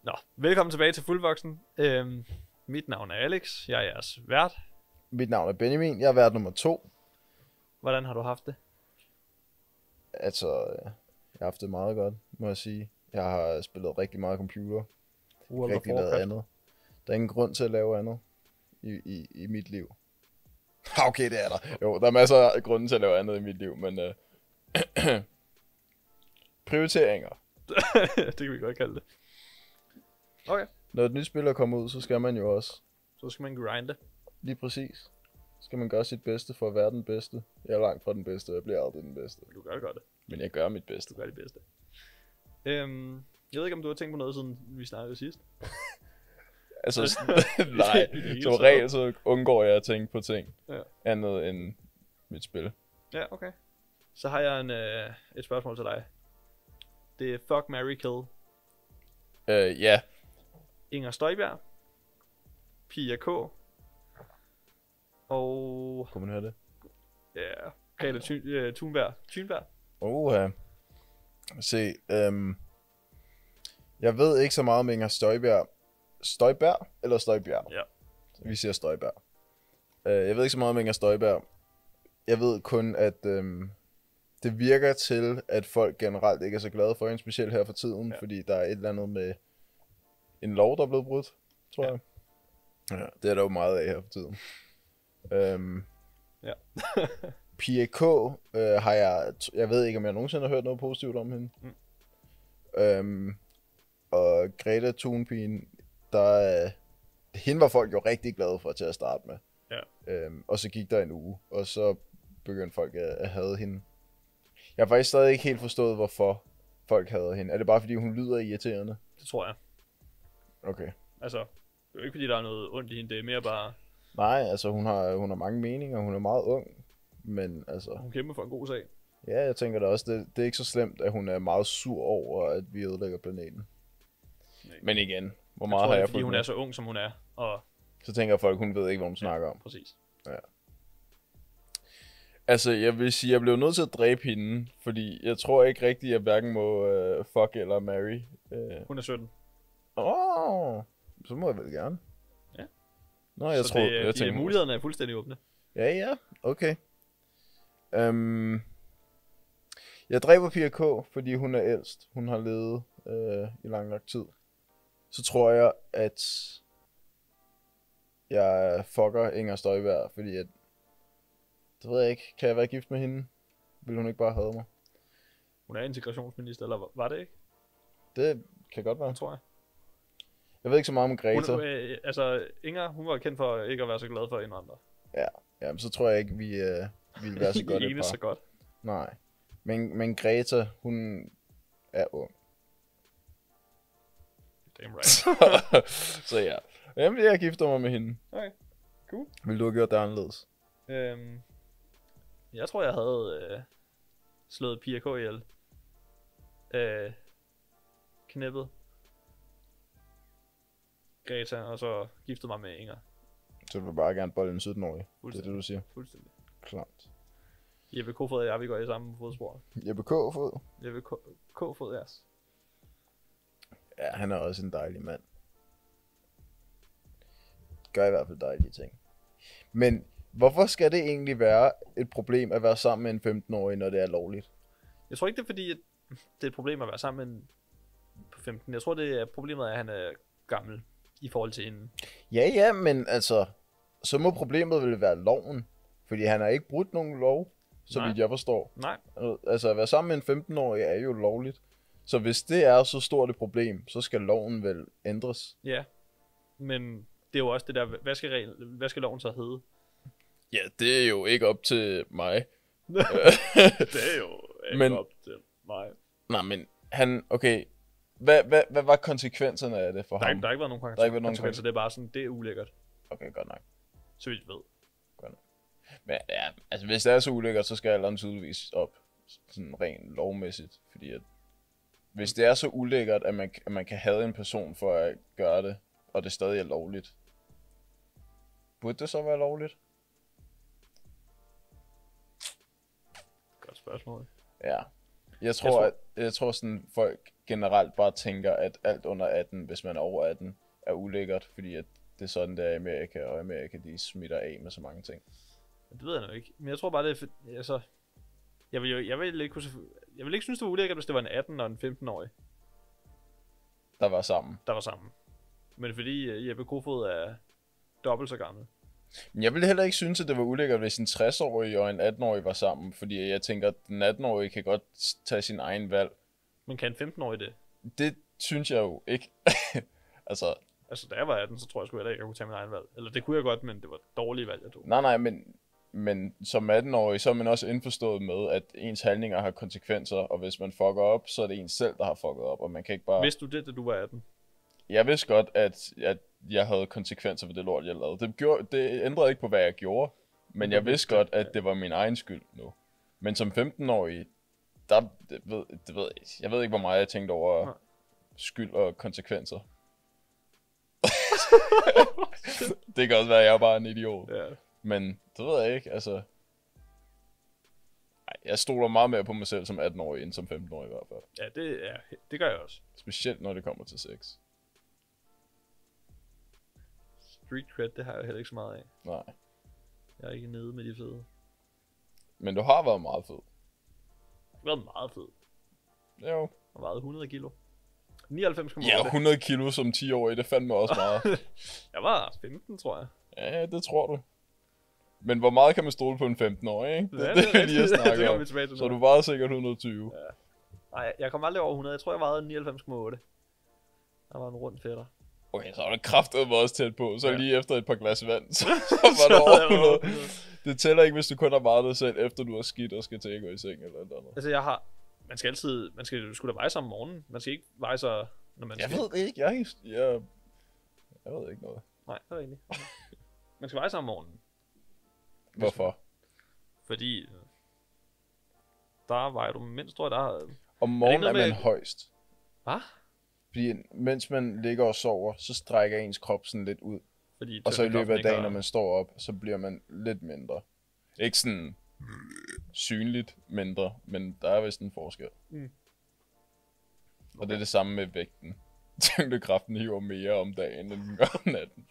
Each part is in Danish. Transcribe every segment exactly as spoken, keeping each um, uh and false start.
Nå, velkommen tilbage til Fuldvoksen. Øhm, mit navn er Alex, jeg er jeres vært. Mit navn er Benjamin, jeg er vært nummer to. Hvordan har du haft det? Altså, jeg har haft det meget godt, må jeg sige. Jeg har spillet rigtig meget computer. World of Rigtig lavet Warcraft. andet. Der er ingen grund til at lave andet i, i, i mit liv. Okay, det er der. Jo, der er masser af grunde til at lave andet i mit liv, men... Uh... prioriteringer. Det kan vi godt kalde det. Okay. Når et nyt spil er kommet ud, så skal man jo også... Så skal man grinde. Lige præcis. Så skal man gøre sit bedste for at være den bedste. Jeg er langt fra den bedste, jeg bliver aldrig den bedste. Du gør godt det. Men jeg gør mit bedste. Du gør det bedste. Øhm, jeg ved ikke, om du har tænkt på noget, siden vi snakkede sidst. Altså, nej. Som regel så undgår jeg at tænke på ting. Ja. Andet end mit spil. Ja, okay. Så har jeg en, øh, et spørgsmål til dig. Det er fuck, marry, kill. Øh, ja. Inger Støjberg. Pia K. Og... Kunne man høre det? Ja, Greta Thun- øh, Thunberg. Thunberg. Oha. Se, øhm... jeg ved ikke så meget om Inger Støjberg. Støjberg eller Støjbjerg? Ja. Vi siger Støjberg. Øh, jeg ved ikke så meget om Inger Støjberg. Jeg ved kun, at øhm, det virker til, at folk generelt ikke er så glade for hende, specielt her for tiden, ja. Fordi der er et eller andet med en lov, der er blevet brudt, tror ja. jeg. Ja, det er der jo meget af her for tiden. Øhm, ja. Pia K. Øh, har jeg, jeg ved ikke, om jeg nogensinde har hørt noget positivt om hende. Mm. Øhm, og Greta Thunberg, der, hende var folk jo rigtig glade for til at starte med. Ja. Øhm, og så gik der en uge, og så begyndte folk at, at hade hende. Jeg har faktisk stadig ikke helt forstået, hvorfor folk havde hende. Er det bare, fordi hun lyder irriterende? Det tror jeg. Okay. Altså, det er jo ikke, fordi der er noget ondt i hende. Det er mere bare... Nej, altså hun har, hun har mange meninger. Hun er meget ung. Men altså... Hun kæmper for en god sag. Ja, jeg tænker da også, det, det er ikke så slemt, at hun er meget sur over, at vi ødelægger planeten. Nej. Men igen, hvor meget jeg tror, har jeg det er, fordi fået hun med? er så ung, som hun er. Og... Så tænker folk, hun ved ikke, hvad hun ja, snakker om. Præcis. Ja. Altså, jeg vil sige, jeg blev nødt til at dræbe hende, fordi jeg tror ikke rigtigt, at jeg hverken må uh, fuck eller marry. Uh... Hun er sytten. Åh, oh, så må jeg vel gerne. Ja. Nå, jeg så tror, det, jeg de, tænker, mulighederne er fuldstændig åbne. Ja, ja, okay. Um, jeg dræber Pia K, fordi hun er ældst. Hun har levet uh, i lang nok tid. Så tror jeg, at jeg fucker Inger Støjberg, fordi at det ved jeg ikke. Kan jeg være gift med hende? Vil hun ikke bare have mig? Hun er integrationsminister, eller var det ikke? Det kan godt være. Det tror jeg. Jeg ved ikke så meget om Greta. Hun, øh, altså, Inger, hun var kendt for ikke at være så glad for indvandrere. Ja, jamen, så tror jeg ikke, vi øh, ville være så godt et par. så godt. Nej. Men, men Greta, hun er ung. Damn right. Så ja. Jamen, jeg gifter mig med hende. Okay, cool. Vil du have gjort det anderledes? Øhm, jeg tror, jeg havde øh, slået Pia K ihjel. Øh, knippet Greta, og så giftet mig med Inger. Så du vil bare gerne bolle en sytten-årig? Det er det, du siger? Fuldstændig. Klart. Jeppe Kofod og jeg, vi går i samme fodspor. Jeppe K-fod? Jeppe Kofod, ja. Ja, han er også en dejlig mand. Gør i hvert fald dejlige ting. Men hvorfor skal det egentlig være et problem at være sammen med en femten-årig, når det er lovligt? Jeg tror ikke, det er fordi, at det er et problem at være sammen med en på femten. Jeg tror, det er problemet, at han er gammel i forhold til hende. Ja, ja, men altså, så må problemet vel være loven. Fordi han har ikke brudt nogen lov, så vidt jeg forstår. Nej. Altså, at være sammen med en femten-årig er jo lovligt. Så hvis det er så stort et problem, så skal loven vel ændres. Ja, men det er jo også det der, hvad skal, regel, hvad skal loven så hedde? Ja, det er jo ikke op til mig. Det er jo ikke men, op til mig. Nej, men han, okay, hvad, hvad, hvad var konsekvenserne af det for der ham? Er, der er ikke været nogen konsekvenser, der er ikke været nogen konsekvenser. Det er bare sådan, det er ulækkert. Okay, godt nok. Så vidt ved. Godt nok. Men ja, altså hvis det er så ulækkert, så skal alderen tydeligvis op. Sådan rent lovmæssigt. Fordi at hvis det er så ulækkert, at man, at man kan have en person for at gøre det, og det stadig er lovligt, burde det så være lovligt? Godt spørgsmål. Ja. Jeg tror, jeg tror... At, jeg tror sådan, folk generelt bare tænker, at alt under atten, hvis man er over atten, er ulækkert, fordi at det er sådan, der i Amerika, og Amerika, de smitter af med så mange ting. Det ved jeg nok ikke. Men jeg tror bare, det er for... Altså, jeg vil jo jeg vil ikke, kunne... jeg vil ikke synes, det var ulækkert, hvis det var en atten og en femten-årig. Der var sammen. Der var sammen. Men fordi Jeppe Kofod er dobbelt så gammel. Men jeg ville heller ikke synes, at det var ulækkert, hvis en tres-årig og en atten-årig var sammen. Fordi jeg tænker, at den atten-årige kan godt tage sin egen valg. Men kan en femten-årig det? Det synes jeg jo ikke. altså... Altså, da jeg var atten, så tror jeg sgu heller ikke, jeg kunne tage min egen valg. Eller det kunne jeg godt, men det var et dårligt valg, jeg tog. Nej, nej, men, men som atten-årig, så er man også indforstået med, at ens handlinger har konsekvenser. Og hvis man fucker op, så er det ens selv, der har fucket op. Og man kan ikke bare... Vidste du det, da du var atten? Jeg vidste godt, at, at jeg havde konsekvenser for det lort, jeg lavede. Det, gjorde, det ændrede ikke på, hvad jeg gjorde. Men jeg vidste godt, at det var min egen skyld nu. Men som femten-årig, der, det ved, det ved jeg, jeg ved ikke, hvor meget jeg tænkte over Nej. skyld og konsekvenser. Det kan også være, at jeg er bare en idiot. Ja. Men det ved jeg ikke, altså... Ej, jeg stoler meget mere på mig selv som atten-årig, end som femten-årig i hvert fald. Ja, det, ja, det gør jeg også. Specielt når det kommer til sex. Street cred, det har jeg heller ikke så meget af. Nej. Jeg er ikke nede med de fede. Men du har været meget fed. Jeg har været meget fed. Jo. Jeg har vejet hundrede kilo. nioghalvfems komma otte. Ja, hundrede kilo som ti-årig, det fandt mig også meget. Jeg var femten, tror jeg. Ja, det tror du. Men hvor meget kan man stole på en femten-årig, ikke? Ja, det, det, det er lige at snakke om. Så du vejede sikkert hundrede og tyve. Ja. Nej, jeg kom aldrig over hundrede. Jeg tror, jeg vejede nioghalvfems komma otte. Der var en rund fætter. Okay, så var der kraftedeme også tæt på. Så ja. Lige efter et par glas vand, så, så var der over hundrede. Det tæller ikke, hvis du kun har vejet dig selv, efter du har skidt og skal til at gå i seng eller noget. Altså, jeg har... Man skal altid... Man skal sgu da veje sig om morgenen. Man skal ikke veje sig, når man Jeg skal... ved det ikke. Jeg, er ikke, jeg, jeg ved ikke noget. Nej, det er rigtigt. Man skal veje sig om morgenen. Hvorfor? Fordi... Der vejer du mindst, tror jeg, der... Om morgenen er, er man med... højst. Hvad? Fordi mens man ligger og sover, så strækker ens krop sådan lidt ud. Fordi og så i løbet af dagen, når man står op, så bliver man lidt mindre. Ikke sådan synligt mindre, men der er vist en forskel. Mm. Okay. Og det er det samme med vægten. Tyngdekraften hiver mere om dagen, end den gør om natten.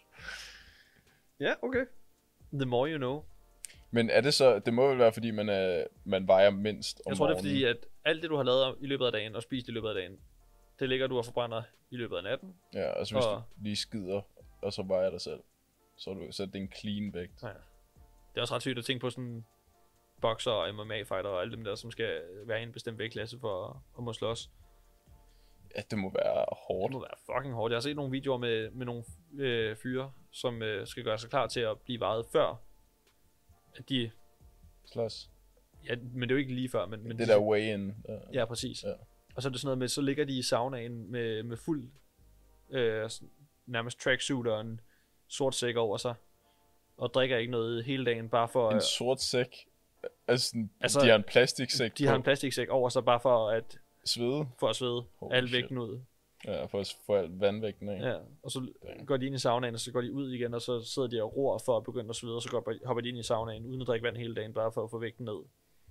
Ja, okay. The more you know. Men er det så, det må vel være, fordi man, er, man vejer mindst om Jeg tror, morgenen. Det er fordi, at alt det, du har lavet i løbet af dagen, og spist i løbet af dagen, det ligger du og forbrænder i løbet af natten. Ja, altså hvis og... du lige skider, og så vejer dig selv, så er, du, så er det en clean vægt. Ja. Det er også ret sygt at tænke på sådan bokser og M M A-fighter og alle dem der, som skal være i en bestemt vægtklasse for at må slås. Ja, det må være hårdt. Det må være fucking hårdt. Jeg har set nogle videoer med, med nogle øh, fyre, som øh, skal gøre sig klar til at blive vejet før, at de... Slås. Ja, men det er jo ikke lige før, men... men det de... der weigh-in. Ja, ja præcis. Ja. Og så er det sådan noget med, så ligger de i saunaen med, med fuld, øh, nærmest tracksuit og en sort sæk over sig, og drikker ikke noget hele dagen, bare for... En sort sæk? Altså, altså de har en plastiksæk De på. har en plastiksæk over sig, bare for at... Svede? For at svede. Holy al shit. vægten ud. Ja, for at få al vandvægten af. Ja, og så går de ind i saunaen, og så går de ud igen, og så sidder de og ror for at begynde at svede, og så går, hopper de ind i saunaen, uden at drikke vand hele dagen, bare for at få vægten ned.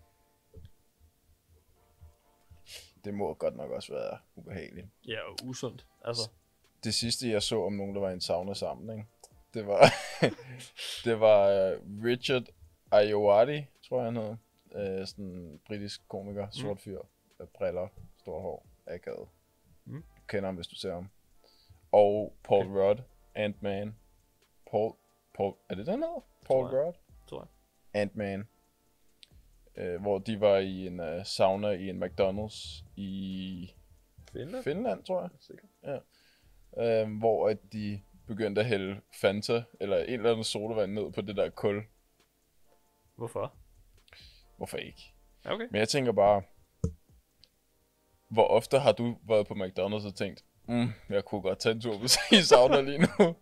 Det må godt nok også være ubehageligt. Ja, og usundt. Altså. Det sidste, jeg så om nogen, der var i en sauna sammen, ikke? Det var, det var uh, Richard Ayoade, tror jeg han hed. Uh, sådan en britisk komiker, sort fyr, med briller, stort hår, akavet. Mm. Du kender ham, hvis du ser ham. Og Paul okay. Rudd, Ant-Man. Paul, Paul, er det den hedder? Paul tror Rudd? Tror jeg. Ant-Man. Uh, hvor de var i en uh, sauna i en McDonald's i Finland, Finland tror jeg. Sikkert. Ja. Uh, hvor at de begyndte at hælde Fanta, eller en eller anden sodavand ned på det der kul. Hvorfor? Hvorfor ikke? Okay. Men jeg tænker bare, hvor ofte har du været på McDonald's og tænkt, mm, jeg kunne godt tage en tur i sauna lige nu?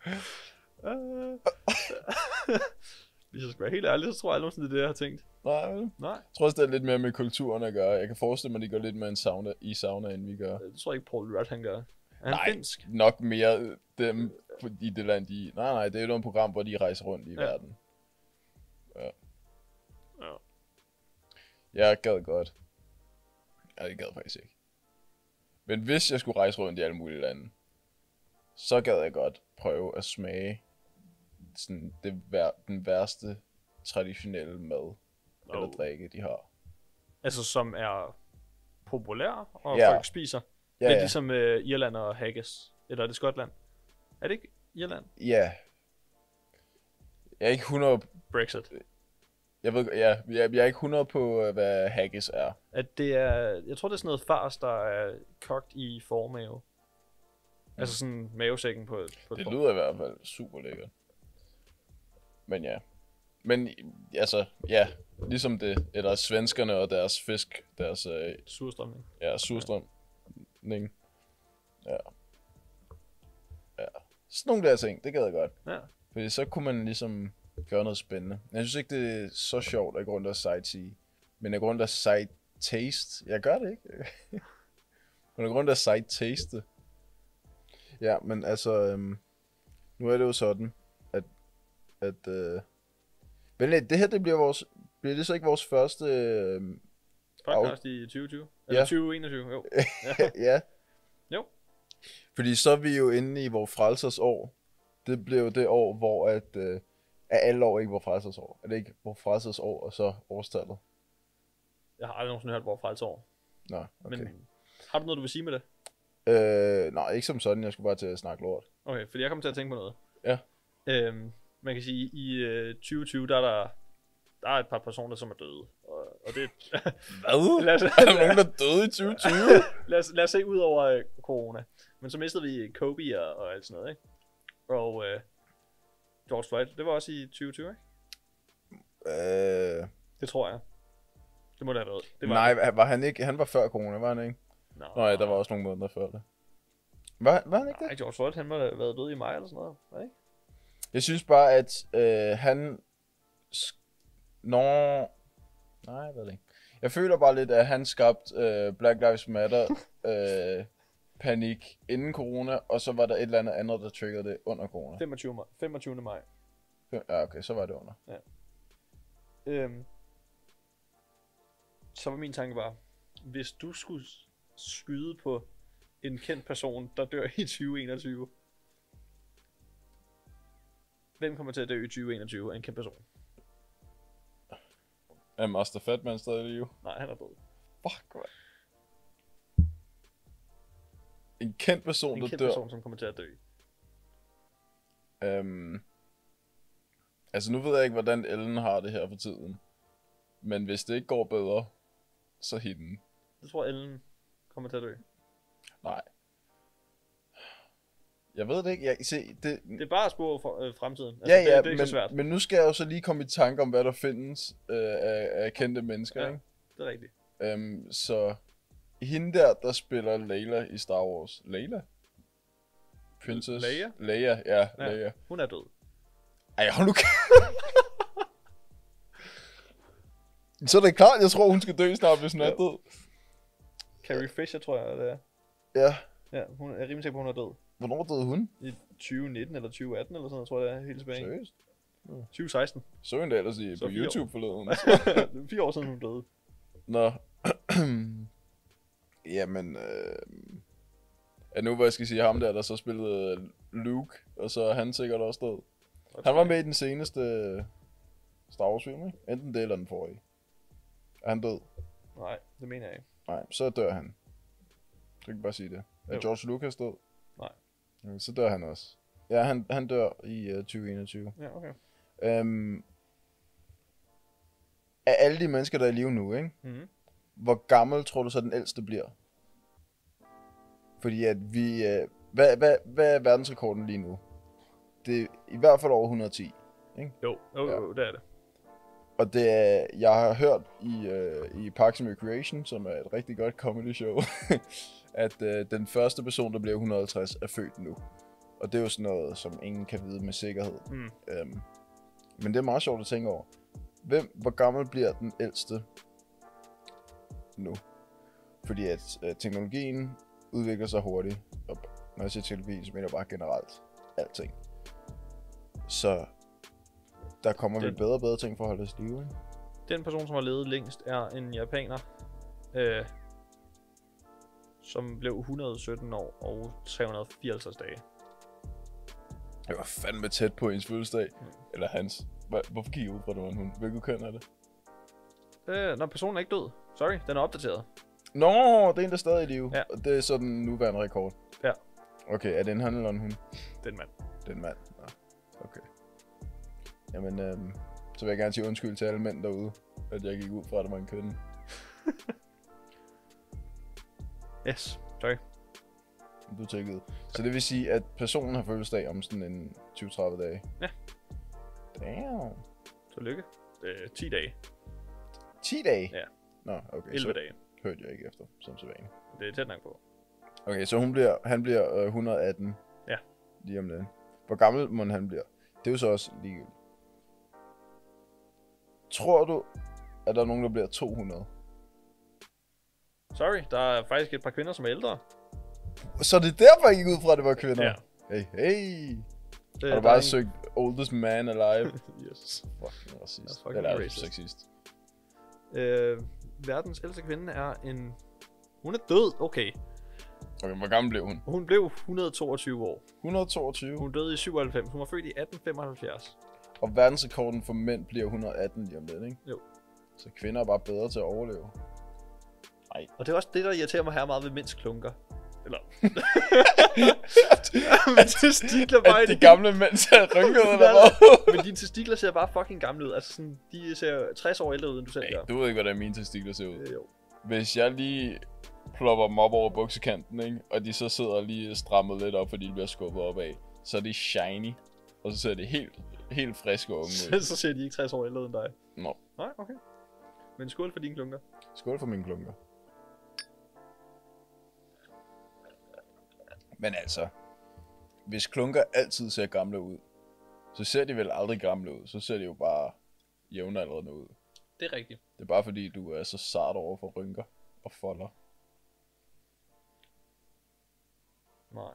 Hvis jeg skal være helt ærlig, så tror jeg aldrig nogensinde, det er det, jeg har tænkt. Nej, vel? Nej. Jeg tror også, det er lidt mere med kulturen at gøre. Jeg kan forestille mig, at de går lidt mere en sauna, i sauna, end vi gør. Det tror jeg ikke, Paul Rudd han gør. Er han nej, finsk? Nok mere dem i det land, de... Nej, nej, det er jo et program, hvor de rejser rundt i ja. verden. Ja. Ja. Jeg gad godt. Nej, det gad jeg faktisk ikke. Men hvis jeg skulle rejse rundt i alle mulige lande, så gad jeg godt prøve at smage sådan det vær, den værste traditionelle mad oh. eller drikke, de har. Altså som er populær, og ja. folk spiser. Ja, Lidt ja. ligesom øh, Irland og haggis. Eller er det Skotland? Er det ikke Irland? Ja. Jeg er ikke hundrede... Brexit. Jeg ved, ja, jeg, jeg er ikke hundrede på, hvad haggis er. At det er, jeg tror det er sådan noget fars, der er kogt i formave. Mm. Altså sådan mavesækken på, på det form. lyder i hvert fald super lækkert. Men ja. Men altså, ja, ligesom det, eller svenskerne og deres fisk, deres... Øh, surstrømning. Ja, surstrømning. Ja. Ja. Sådan nogle der ting, det gad jeg godt. Ja. Fordi så kunne man ligesom gøre noget spændende. Jeg synes ikke, det er så sjovt at gå rundt og sightsee. Men at gå rundt og sight-taste. Jeg gør det ikke. Men at gå rundt og sight-taste. Ja, men altså... Øhm, nu er det jo sådan, at... at øh, men det her, det bliver vores... Bliver det så ikke vores første... Øh, podcast i tyve tyve? Eller ja. tyve enogtyve, jo. Ja. ja. Jo. Fordi så er vi jo inde i vores frelsers år. Det bliver jo det år, hvor at... Øh, er alle år ikke vores frelsers år? Er det ikke vores frelsers år, og så årstallet? Jeg har aldrig nogensinde hørt vores frelsesår. Nå, okay. Men har du noget, du vil sige med det? Øh, nej, ikke som sådan. Jeg skulle bare til at snakke lort. Okay, fordi jeg kommer til at tænke på noget. Ja. Øhm, man kan sige, i øh, tyve tyve, der er der, der er et par personer, som er døde. Og, og det... Hvad? lad os, er der nogen, der er døde i tyve tyve? lad, os, lad os se ud over øh, corona. Men så mistede vi Kobe og, og alt sådan noget, ikke? Og øh, George Floyd, det var også i tyve tyve, ikke? Øh... Det tror jeg. Det må det have været. Det var nej, det. var han ikke? Han var før corona, var han ikke? Nå, Nå ja, der var også nogle måneder før det. Var, var han ikke nej, det? George Floyd, han må have været død i maj eller sådan noget, var det ikke? Jeg synes bare, at øh, han... Nå... Nej, jeg ved det ikke. Jeg føler bare lidt, at han skabte øh, Black Lives Matter øh, panik inden corona, og så var der et eller andet andet, der triggede det under corona. femogtyvende maj. Ja, okay, så var det under. Ja. Øhm, så var min tanke bare, hvis du skulle skyde på en kendt person, der dør i tyve enogtyve, hvem kommer til at dø i tyve enogtyve af en kendt person? Er Master Fatman stadig i live? Nej, han er død. Fuck, hvad? En kendt person, en der kendt dør? person, som kommer til at dø. Øhm, altså nu ved jeg ikke, hvordan Ellen har det her for tiden. Men hvis det ikke går bedre, så hende. Jeg tror, Ellen kommer til at dø. Nej. Jeg ved det ikke. Jeg, se, det, det er bare at spore for, øh, fremtiden. Altså, ja, ja, det, det er ikke men, så svært. men nu skal jeg jo så lige komme i tanke om, hvad der findes øh, af, af kendte mennesker. Ja, ikke? det er rigtigt. Øhm, så hende der, der spiller Layla i Star Wars. Layla? Princess? Leia? Leia, ja, ja, Leia. Hun er død. Ej, hold nu så er det klart, jeg tror, hun skal dø snart, hvis hun ja. er død. Carrie Fisher, tror jeg, det er. Ja. Ja, hun er rimelig sikker på, hun er død. Hvornår døde hun? I tyve nitten eller tyve atten eller sådan noget, tror jeg, det er helt tilbage. Seriøst? Ja. tyve seksten. Så hun da ellers i, så på YouTube forleden. Det er fire år siden, hun døde. Nå. Jamen, øh... ja, nu hvor jeg skal sige ham der, der så spillede Luke, og så er han sikkert også død. Han var med i den seneste Star Wars film, ikke? Enten det eller den forrige. Er han død? Nej, det mener jeg ikke. Nej, så dør han. Du kan bare sige det. Er jo. George Lucas død? Nej. Ja, så dør han også. Ja, han, han dør i uh, tyve enogtyve. Ja, okay. Øhm, af alle de mennesker, der er i live nu, ikke? Mm-hmm. Hvor gammel tror du så den ældste bliver? Fordi at vi... Uh, hvad, hvad, hvad er verdensrekorden lige nu? Det er i hvert fald over et hundrede og ti, ikke? Jo, jo, ja. jo, det er det. Og det er, jeg har hørt i, uh, i Parks and Recreation, som er et rigtig godt comedy show, at uh, den første person, der bliver et hundrede og halvtreds, er født nu. Og det er jo sådan noget, som ingen kan vide med sikkerhed. Mm. Um, men det er meget sjovt at tænke over. Hvem, hvor gammel bliver den ældste nu? Fordi at uh, teknologien udvikler sig hurtigt. Og når jeg siger teknologi, så mener jeg bare generelt alting. Så der kommer vel bedre og bedre ting for at holde os live, ikke? Den person, som har levet længst, er en japaner. Øh, som blev et hundrede og sytten år og tre hundrede og fireoghalvtreds dage. Jeg var fandme tæt på ens fødselsdag. Mm. Eller hans. Hvorfor gik jeg ud fra, at det var en hund? Hvilket køn er det? Øh, når personen er ikke død. Sorry, den er opdateret. Nå, det er en, der stadig er i live. Ja. Og det er så den nuværende rekord. Ja. Okay, er det en han eller en hund? Det er en mand. Det er en mand. Nå, okay. Jamen, øhm, så vil jeg gerne sige undskyld til alle mænd derude, at jeg gik ud fra, at det var en kvinde. Yes, sorry. Du tækkede. Så det vil sige, at personen har fødselsdag om sådan en tyve til tredive dage? Ja. Damn. Tillykke. Øh, ti dage. ti dage? Ja. Nå, okay. elleve så dage. hørte jeg ikke efter, som så vanligt. Det er tæt nok på. Okay, så hun bliver, han bliver øh, et hundrede og atten. Ja. Lige om lidt. Hvor gammel må han bliver? Det er jo så også ligegyldigt. Tror du, at der er nogen, der bliver to hundrede? Sorry, der er faktisk et par kvinder, som er ældre. Så det er derfor, jeg gik ud fra, at det var kvinder? Ja. Hey, hey. Det, Har du bare søgt oldest man alive? Yes. Fucking racist. Fucking Eller racist. sexist. Øh, verdens ældste kvinde er en... Hun er død, okay. Okay, hvor gammel blev hun? Hun blev et hundrede og toogtyve år. et hundrede og toogtyve. Hun døde i syvoghalvfems. Hun var født i atten femoghalvfjerds. Og verdensrekorden for mænd bliver et hundrede og atten lige om lidt, ikke? Jo. Så kvinder er bare bedre til at overleve. Nej. Og det er også det, der irriterer mig her meget ved mænds klunker. Eller... Men testikler bare at de gamle mænd ser rynket eller hvad? Men dine testikler ser bare fucking gamle ud. Altså sådan, de ser tres år ældre ud, end du selv hey, gør. du ved ikke, hvordan mine testikler ser ud. Øh, jo. Hvis jeg lige plopper dem op over buksekanten, ikke? Og de så sidder lige strammet lidt op, fordi de bliver skubbet op af, så er de shiny. Og så ser det helt, helt friske og unge ud. Så ser de ikke tres år ældre end dig. Nå. Nej, okay. Men skål for dine klunker. Skål for mine klunker. Men altså, hvis klunker altid ser gamle ud, så ser de vel aldrig gamle ud. Så ser de jo bare jævnaldrende ud. Det er rigtigt. Det er bare fordi, du er så sart over for rynker og folder. Nej.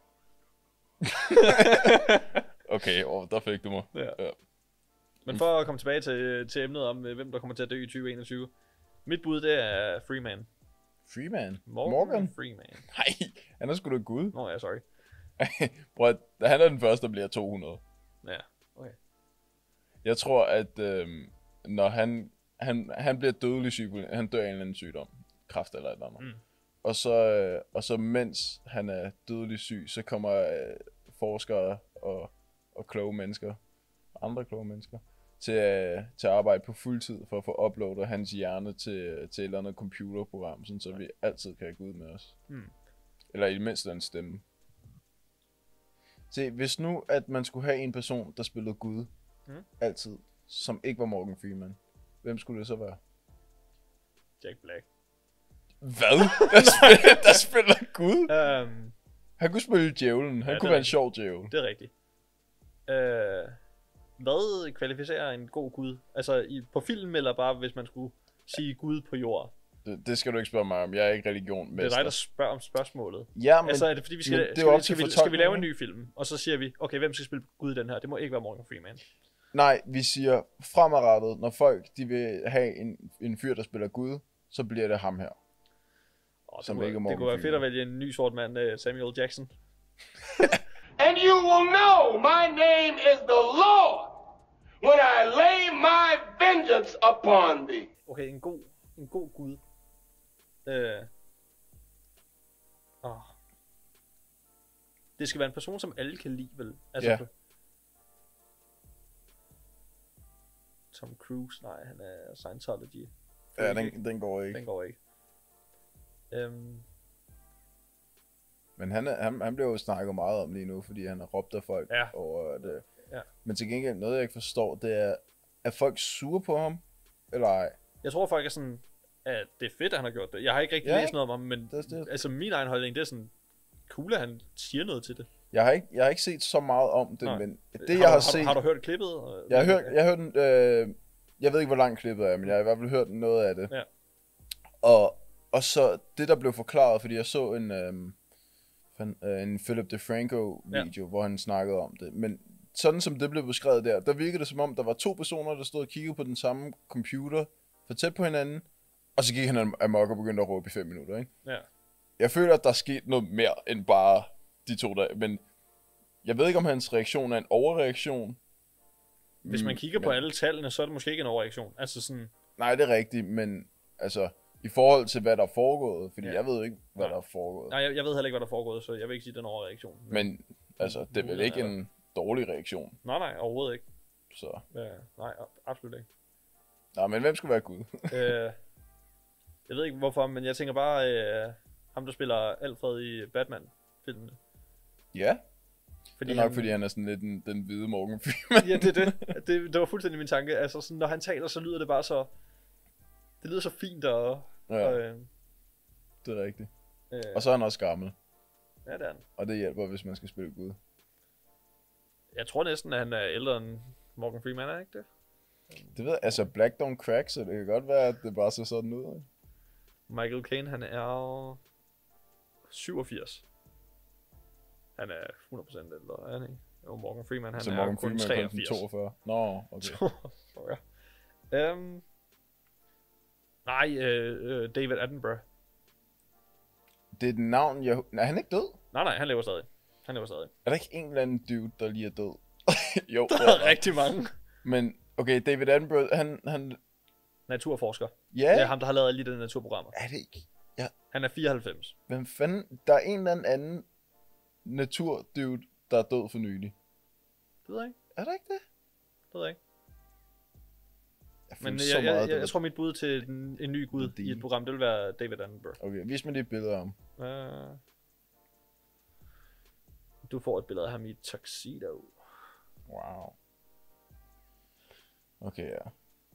Okay, oh, der fik du mig. Ja. Ja. Men for at komme tilbage til, til emnet om, hvem der kommer til at dø i tyve enogtyve. Mit bud, det er Freeman. Freeman? Morgan, Morgan? Freeman. Nej, han er sgu da gud. Nå ja, sorry. Prøv at, han er den første, der bliver to hundrede. Ja, okay. Jeg tror, at øh, når han, han, han bliver dødelig syg, han dør af en eller anden sygdom. Kræft eller et eller andet. Mm. Og, så, øh, og så mens han er dødelig syg, så kommer øh, forskere og, og kloge mennesker, andre kloge mennesker, til, øh, til at arbejde på fuldtid for at få uploadet hans hjerne til, til et eller andet computerprogram, sådan, så vi altid kan gå ud med os. Mm. Eller i det mindste en stemme. Se, hvis nu, at man skulle have en person, der spillede Gud, mm. altid, som ikke var Morgan Freeman, hvem skulle det så være? Jack Black. Hvad? Der spiller, der spiller Gud? Um, han kunne spille djævlen. Han ja, kunne være en sjov djævel. Det er rigtigt. Uh, hvad kvalificerer en god Gud? Altså i, på film, eller bare hvis man skulle sige Gud på jord? Det, det skal du ikke spørge mig om. Jeg er ikke religionmester. Det er dig, der spørger om spørgsmålet. Ja, men... Altså er det fordi, vi skal, det skal, vi, skal, vi, skal vi lave en ny film? Og så siger vi, okay, hvem skal spille Gud i den her? Det må ikke være Morgan Freeman. Nej, vi siger fremadrettet, når folk de vil have en, en fyr, der spiller Gud, så bliver det ham her. Oh, det, må, det kunne være fedt at vælge en ny sort mand, Samuel Jackson. And you will know my name is the Lord when I lay my vengeance upon thee. Okay, en god, en god Gud. Øh. Oh. Det skal være en person, som alle kan lide, vel? Altså, ja. Tom Cruise, nej, han er Scientology. Ja, den, den går ikke. Den går ikke. Um. Men han, er, han, han bliver jo snakket meget om lige nu, fordi han har råbt af folk ja. over det. Ja. Men til gengæld, noget jeg ikke forstår, det er, er folk sure på ham, eller ej? Jeg tror folk er sådan, at det er fedt, at han har gjort det. Jeg har ikke rigtig ja, læst noget om ham, men det det. altså min egen holdning, det er sådan cool, at han siger noget til det. Jeg har ikke, jeg har ikke set så meget om det, Nej. men det har jeg du, har, har set... Du, har du hørt klippet? Jeg har hørt, jeg har hørt den, øh, jeg ved ikke, hvor langt klippet er, men jeg har i hvert fald hørt noget af det. Ja. Og, og så det, der blev forklaret, fordi jeg så en, øh, en Philip DeFranco video, ja. hvor han snakkede om det, men sådan som det blev beskrevet der, der virkede det som om, der var to personer, der stod og kiggede på den samme computer, for tæt på hinanden, og så gik han amok og begyndte at råbe i fem minutter, ikke? Ja. Jeg føler, at der er sket noget mere end bare de to dage, men jeg ved ikke, om hans reaktion er en overreaktion. Hvis man kigger men... på alle tallene, så er det måske ikke en overreaktion. Altså sådan... Nej, det er rigtigt, men altså, i forhold til, hvad der er foregået, fordi ja. jeg ved ikke, hvad Nej. der er foregået. Nej, jeg, jeg ved heller ikke, hvad der er foregået, så jeg vil ikke sige, den overreaktion. Men, altså, det er vel ikke en dårlig reaktion. Nej, nej, overhovedet ikke. Så. Ja, nej, absolut ikke. Nej, men hvem skulle være Gud? øh, jeg ved ikke hvorfor, men jeg tænker bare, øh, ham der spiller Alfred i Batman-filmene. Ja. Fordi det er nok, han... fordi han er sådan lidt den, den hvide Morgan Freeman. Ja, det er det. det. Det var fuldstændig min tanke. Altså, sådan, når han taler, så lyder det bare så... Det lyder så fint, og... Ja, og, øh, det er rigtigt. Øh, og så er han også gammel. Ja, det er han. Og det hjælper, hvis man skal spille Gud. Jeg tror næsten, at han er ældre end Morgan Freeman, er ikke det? Det ved jeg, altså Black Don't Crack, så det kan godt være, at det bare ser sådan ud. Ikke? Michael Caine, han er syvogfirs. Han er hundrede procent ældre, er han ikke? Og Morgan Freeman, han så er Morgan kun Freeman treogfirs. Er kun toogfyrre. Nå, okay. Sorry. Um, nej, uh, David Attenborough. Det er et navn, jeg... Nej, han er ikke død? Nej, nej, han lever stadig. Han lever stadig. Er der ikke en eller anden dude, der lige er død? Jo. Der er rigtig mange. Men, okay, David Attenborough, han... han... Naturforsker. Ja? Det er ham, der har lavet alle de der naturprogrammer. Er det ikke? Ja. Han er fireoghalvfems. Hvem fanden... Der er en eller anden anden naturdude, der er død for nylig. Det ved jeg ikke. Er der ikke det? Det ved jeg ikke. Jeg Men så jeg, meget, jeg, jeg, det jeg tror, mit bud til en, en ny gud i et program, det vil være David Attenborough. Okay, vis mig lige et billede af ham. Uh, du får et billede af ham i tuxedo. Wow. Okay, ja.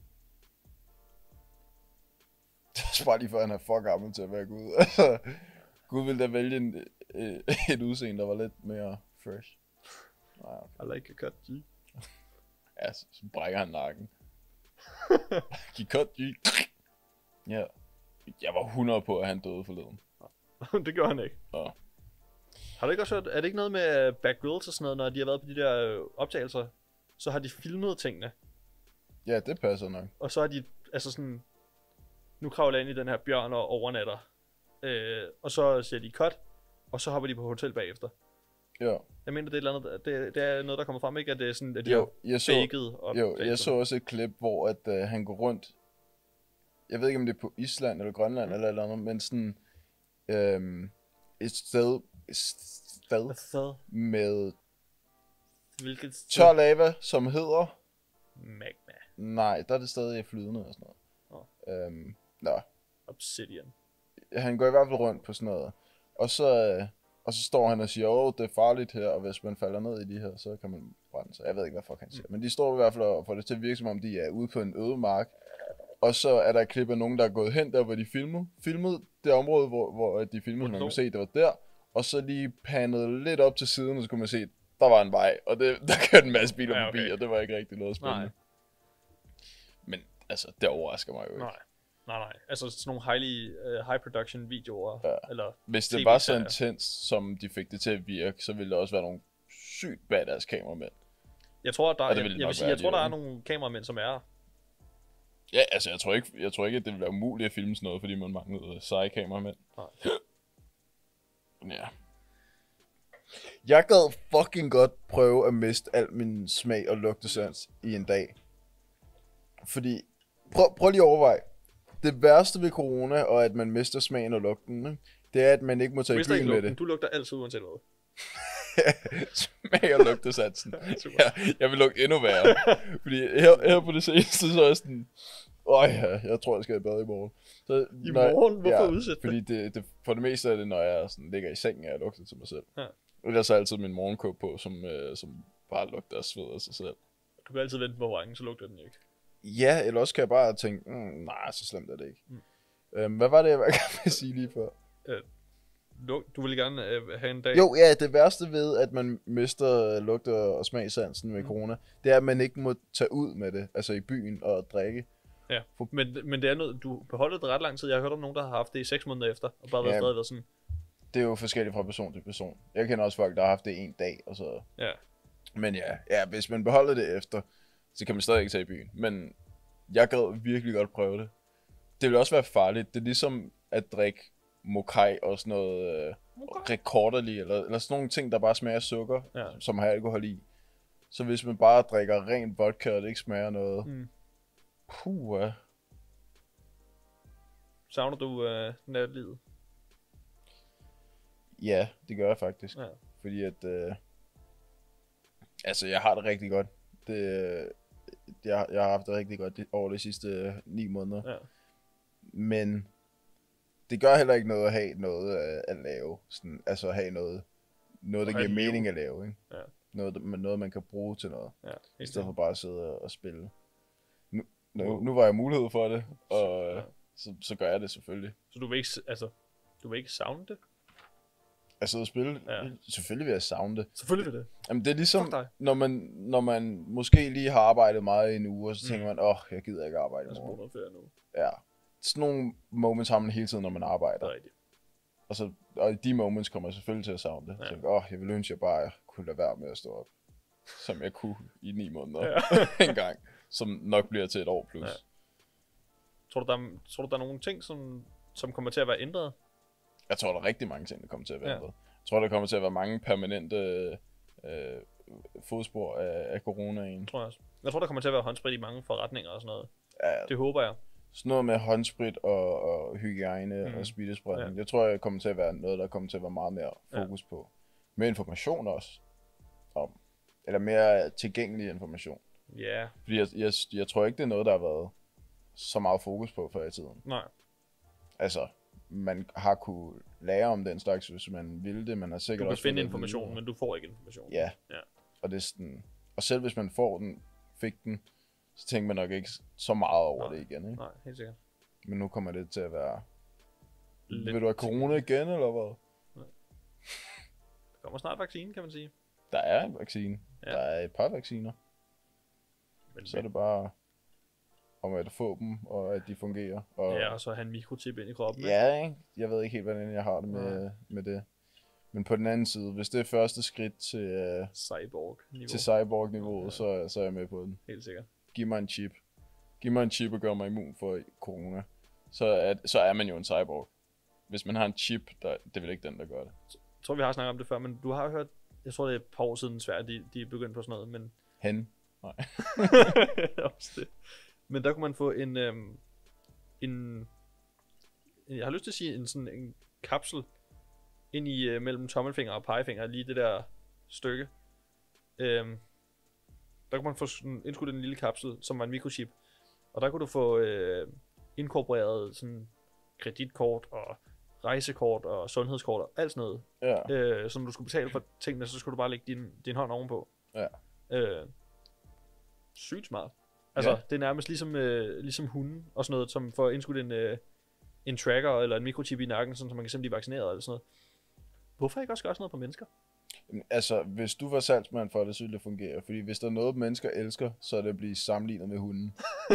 Det er også bare lige for, at han er for gammel til at være Gud. Gud ville da vælge en, et, et udseende, der var lidt mere fresh. Nej, I okay. like a cut, G. Ja, så, så brækker han nakken. Giv cut, G. Ja. Jeg var hundrede på, at han døde forleden. Det gjorde han ikke. Ja. Har du ikke også hørt, er det ikke noget med Back Grills og sådan noget, når de har været på de der optagelser, så har de filmet tingene, Ja, det passer nok. og så har de, altså sådan, nu kravler jeg ind i den her bjørn og overnatter, øh, og så siger de cut, og så hopper de på hotel bagefter. Ja. Jeg mener, det er, et eller andet, det, det er noget, der kommer frem, ikke? At det er sådan, at de Jo, har jeg så, faked jo, jeg så også et klip, hvor at, uh, han går rundt. Jeg ved ikke, om det er på Island eller Grønland mm. eller eller andet, men sådan øhm, et sted, et sted Så, med hvilket sted? tør lava, som hedder... Magma. Nej, der er det stadig flydende og sådan noget. Oh. Øhm, nå. Obsidian. Han går i hvert fald rundt på sådan noget. Og så, øh, og så står han og siger, åh, det er farligt her, og hvis man falder ned i de her, så kan man brænde sig. Jeg ved ikke, hvad fuck han siger. Mm. Men de står i hvert fald og får det til at virke, som om de er ude på en øde mark. Og så er der et klip af nogen, der er gået hen der, hvor de filmede. Filmede det område, hvor, hvor de filmede, man kunne se, det var der. Og så lige pandet lidt op til siden, og så kunne man se, der var en vej. Og det, der kørte en masse biler ja, okay. forbi, og det var ikke rigtig noget spændende. Nej. Men altså, det overrasker mig jo ikke. Nej. Nej, nej. Altså sådan nogle highly, uh, high production videoer. Ja. Eller hvis det var så intens, som de fik det til at virke, så ville der også være nogle sygt badass kameramænd. Jeg tror, der, ja, jeg, jeg vil sige, jeg tror, der er nogle kameramænd, som er... Ja, altså, jeg tror ikke, jeg tror ikke, at det ville være umuligt at filme sådan noget, fordi man manglede seje kameramænd. Nej. Ja. Jeg gad fucking godt prøve at miste al min smag og lugtesans i en dag. Fordi, prøv, prøv lige at overveje. Det værste ved corona, og at man mister smagen og lugten, ikke? Det er, at man ikke må tage i byen med det. Du lugter altid uanset hvad. Smag og lugtesansen. Ja, jeg vil lugte endnu værre. Fordi her, her på det seneste, så er jeg sådan... Åh ja, jeg tror, jeg skal i bad i morgen. Så, I morgen? Jeg, Hvorfor ja, udsætte fordi det, det, for det meste er det, når jeg sådan, ligger i sengen, at jeg lugter til mig selv. Ja. Ellers er altid min morgenkåb på, som, øh, som bare lugter af sved af sig selv. Du kan altid vente på vejen, så lugter den ikke. Ja, eller også kan jeg bare tænke, mm, nej, så slemt er det ikke. Mm. Øhm, hvad var det, jeg var gerne vil sige lige før? Øh, du vil gerne øh, have en dag... Jo, ja, det værste ved, at man mister lugt- og smagsansen med mm. corona, det er, at man ikke må tage ud med det, altså i byen og drikke. Ja, men, men det er noget, du beholder det ret lang tid. Jeg har hørt om nogen, der har haft det i seks måneder efter, og bare været ja, stadig været sådan... Det er jo forskelligt fra person til person. Jeg kender også folk, der har haft det en dag, og så... Ja. Men ja, ja, hvis man beholder det efter, så kan man stadig ikke tage i byen. Men jeg gad virkelig godt prøve det. Det vil også være farligt. Det er ligesom at drikke mokai og sådan noget øh, rekorderlig, eller, eller sådan nogle ting, der bare smager af sukker, Ja. som har alkohol i. Så hvis man bare drikker ren vodka, og det ikke smager noget, Mm. puh, ja. Savner du øh, natlivet? Ja, det gør jeg faktisk. Ja. Fordi at, øh, altså jeg har det rigtig godt. Det, øh, jeg, jeg har haft det rigtig godt over de sidste øh, ni måneder. Ja. Men det gør heller ikke noget at have noget at, at lave. Sådan, altså at have noget, noget der Og have giver et liv. mening at lave. Ikke? Ja. Noget, der- noget, man kan bruge til noget. Ja, I helt stedet for sikkert. bare at sidde og spille. Nu, nu, nu var jeg mulighed for det, og Ja. ja. så, så gør jeg det selvfølgelig. Så du vil ikke, s- altså, du vil ikke savne det? At sidde og spille, Ja. ja. Selvfølgelig vil jeg savne det. Selvfølgelig vil det. Jamen det er ligesom, Fuck dig. når man, når man måske lige har arbejdet meget i en uge, og så Mm. tænker man, åh, oh, jeg gider ikke arbejde i Jeg skal morgen. bruge noget ferie nu. Ja. Sådan nogle moments har man hele tiden, når man Det arbejder. er rigtigt. Og, så, og i de moments kommer jeg selvfølgelig til at savne det. Ja. Ja. Så åh, oh, jeg ville ønske, at jeg bare kunne lade være med at stå op. Som jeg kunne i ni måneder Ja. ja. en gang. Som nok bliver til et år plus. Ja. Ja. Tror du, der er, tror du, der er nogle ting, som, som kommer til at være ændret? Jeg tror, der er rigtig mange ting, der kommer til at være Ja. ændret. Jeg tror, der kommer til at være mange permanente øh, fodspor af, af coronaen. Tror jeg også. Jeg tror, der kommer til at være håndsprit i mange forretninger og sådan noget. Ja, Det håber jeg. sådan noget med håndsprit og, og hygiejne Mm. mm. og smittespredning. Ja. Ja. Det tror jeg kommer til at være noget, der kommer til at være meget mere fokus ja. på. Med information også. Om, eller mere tilgængelig information. Ja, Fordi jeg, jeg, jeg tror ikke, det er noget, der har været så meget fokus på før i tiden. nej. Altså, man har kunne lære om den slags, hvis man ville det. Man har Du sikkert kan også finde fået information, viden. men du får ikke information. Ja. Ja. Og, det er sådan, og selv hvis man får den, fik den, så tænker man nok ikke så meget over Nej. det igen. Ikke? Nej, helt sikkert. Men nu kommer det til at være... Lidt Vil du have corona igen, eller hvad? Der kommer snart vaccine, kan man sige. Der er en vaccine. Ja. Ja. Der er et par vacciner. Men, Så er det bare om at få dem, og at de fungerer. Og, Ja, og så have en mikrochip ind i kroppen. ikke? ja, ikke? Jeg ved ikke helt, hvordan jeg har det med, med det. Men på den anden side, hvis det er første skridt til, uh, Cyborg-niveau. til cyborg-niveauet, Ja. så, så er jeg med på den. Helt sikkert. Giv mig en chip. Giv mig en chip og gør mig immun for corona. Så er, så er man jo en cyborg. Hvis man har en chip, der, det er vel ikke den, der gør det. Jeg tror, vi har snakket om det før, men du har jo hørt, jeg tror, det er et par år siden Sverige, de, de er begyndt på sådan noget, men... Hen. Nej. Også det. Men der kunne man få en, øhm, en, jeg har lyst til at sige, en sådan en kapsel ind i øh, mellem tommelfinger og pegefinger, lige det der stykke. Øhm, der kunne man få sådan, indskudt en lille kapsel, som var en mikrochip. Og der kunne du få øh, inkorporeret sådan kreditkort og rejsekort og sundhedskort og alt sådan noget. Ja. Øh, så når du skulle betale for tingene, så skulle du bare lægge din, din hånd ovenpå. Ja. Øh, sygt smart. Altså, Ja. det er nærmest ligesom, øh, ligesom hunden og sådan noget, som får indskudt en, øh, en tracker eller en mikrochip i nakken, sådan, så man kan simpelthen blive vaccineret eller sådan noget. Hvorfor ikke også gøre sådan noget på mennesker? Jamen, altså, hvis du var salgsmand for det, så ville det fungere. Fordi hvis der er noget, mennesker elsker, så er det at blive sammenlignet med hunden.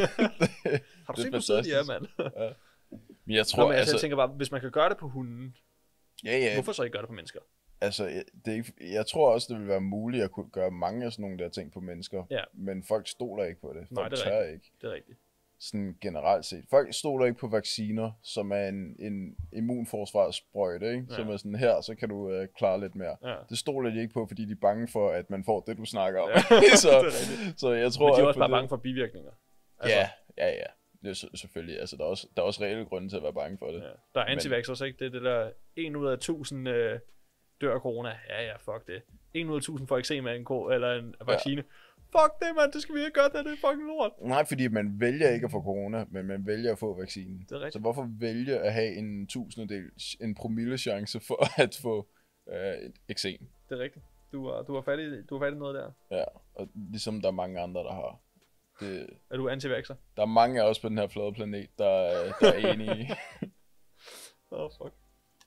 Har du Det er set, hvor søde de er, fantastisk. mand? Men jeg tror, Nå, men altså, altså... jeg tænker bare, hvis man kan gøre det på hunden, ja, ja, hvorfor så ikke gøre det på mennesker? altså, jeg- det er ikke, jeg tror også, det vil være muligt at kunne gøre mange af sådan nogle der ting på mennesker. Ja. Men folk stoler ikke på det. Folk Nej, det er tør rigtigt. ikke. Det er rigtigt. Sådan generelt set. Folk stoler ikke på vacciner, som er en, en immunforsvarssprøjte, ikke? Ja. Som er sådan her, så kan du øh, klare lidt mere. Ja. Det stoler de ikke på, fordi de er bange for, at man får det, du snakker om. Ja, så, det er rigtigt. så jeg tror, Men de er at også på bare det- bange for bivirkninger. Altså, Ja, ja, ja. Det er s- selvfølgelig. Altså, der er også, der er også reelle grunde til at være bange for det. Ja. Der er anti-vaxxers, ikke? Det er det der, en ud af tusind øh, dør af corona. Ja, ja, fuck det. En ud af tusind får eksem af en ko eller en vaccine. Fuck det, mand, det skal vi ikke gøre, det, det er fucking lort. Nej, fordi man vælger ikke at få corona, men man vælger at få vaccinen. Det er rigtigt. Så hvorfor vælge at have en tusindedel, en promille chance for at få øh, et eksem? Det er rigtigt. Du har, du har fat i, du har fat i noget der. Ja, og ligesom der er mange andre, der har. Det, Er du anti-vaxxer? der er mange af os på den her flade planet, der, er- der er enige. Åh, oh, fuck.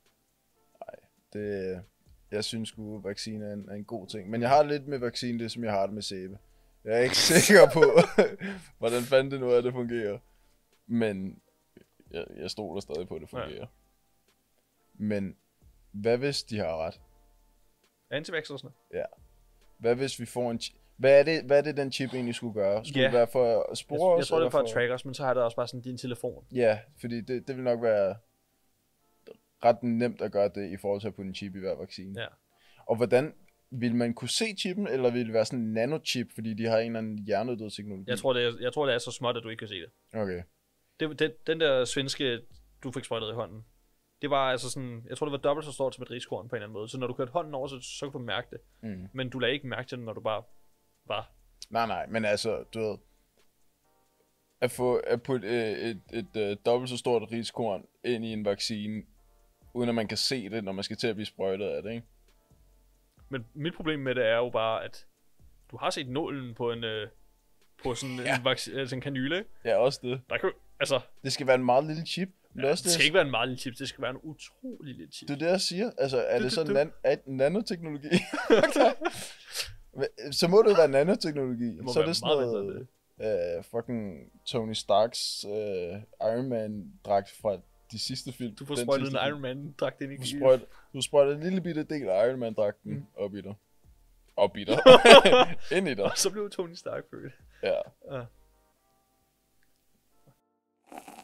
Det, jeg synes sgu, at vaccine er en, er en god ting. Men jeg har det lidt med vaccine, det som jeg har det med sæbe. Jeg er ikke sikker på, hvordan fanden det nu er, det fungerer. Men jeg, jeg stoler stadig på, at det fungerer. Ja. Men hvad hvis de har ret? Anti-vaxxersne? Ja. Hvad hvis vi får en... chi- Hvad er det, hvad er det den chip egentlig skulle gøre? Skulle Ja. det være for at Jeg, spore jeg os? tror, det er eller for at track os, men så har det også bare sådan din telefon. Ja, fordi det, det vil nok være ret nemt at gøre det i forhold til at putte en chip i hver vaccine. Ja. Og hvordan vil man kunne se chippen, eller vil det være sådan en nanochip, fordi de har en eller anden hjernedød teknologi? Jeg tror, det er, jeg tror, det er så småt, at du ikke kan se det. Okay. det den, den der svenske, du fik sprøjtet i hånden, det var altså sådan, jeg tror, det var dobbelt så stort som et riskorn på en eller anden måde. Så når du kørte hånden over, så, så kan du mærke det. Mm. Men du lagde ikke mærke til det, når du bare var. Nej, nej, men altså, du ved, at få at putte et, et, et, et, et dobbelt så stort riskorn ind i en vaccine, uden at man kan se det, når man skal til at blive sprøjtet af det, ikke? Men mit problem med det er jo bare, at du har set nålen på en, øh, på sådan Ja. en, vac- altså en kanyle, ikke? Ja, også det. Der kan, altså, Det skal være en meget lille chip. ja, Det, det skal ikke være en meget lille chip, det skal være en utrolig lille chip. det er det, jeg siger. Altså, er Du- det du- så du- nan- at nanoteknologi? Så må det jo være nanoteknologi. Det må Så er være det sådan meget noget mindre uh, fucking Tony Starks uh, Iron Man-dragt fra de sidste film. Du får Den sprøjtet en sidste film. Iron Man-dragt ind i Du kigget. sprøjter, du sprøjter en lille bitte del af Iron Man-dragten Mm. mm. op i dig. Op i dig. Ind i dig. Og så blev Tony Stark født. Ja. Ja.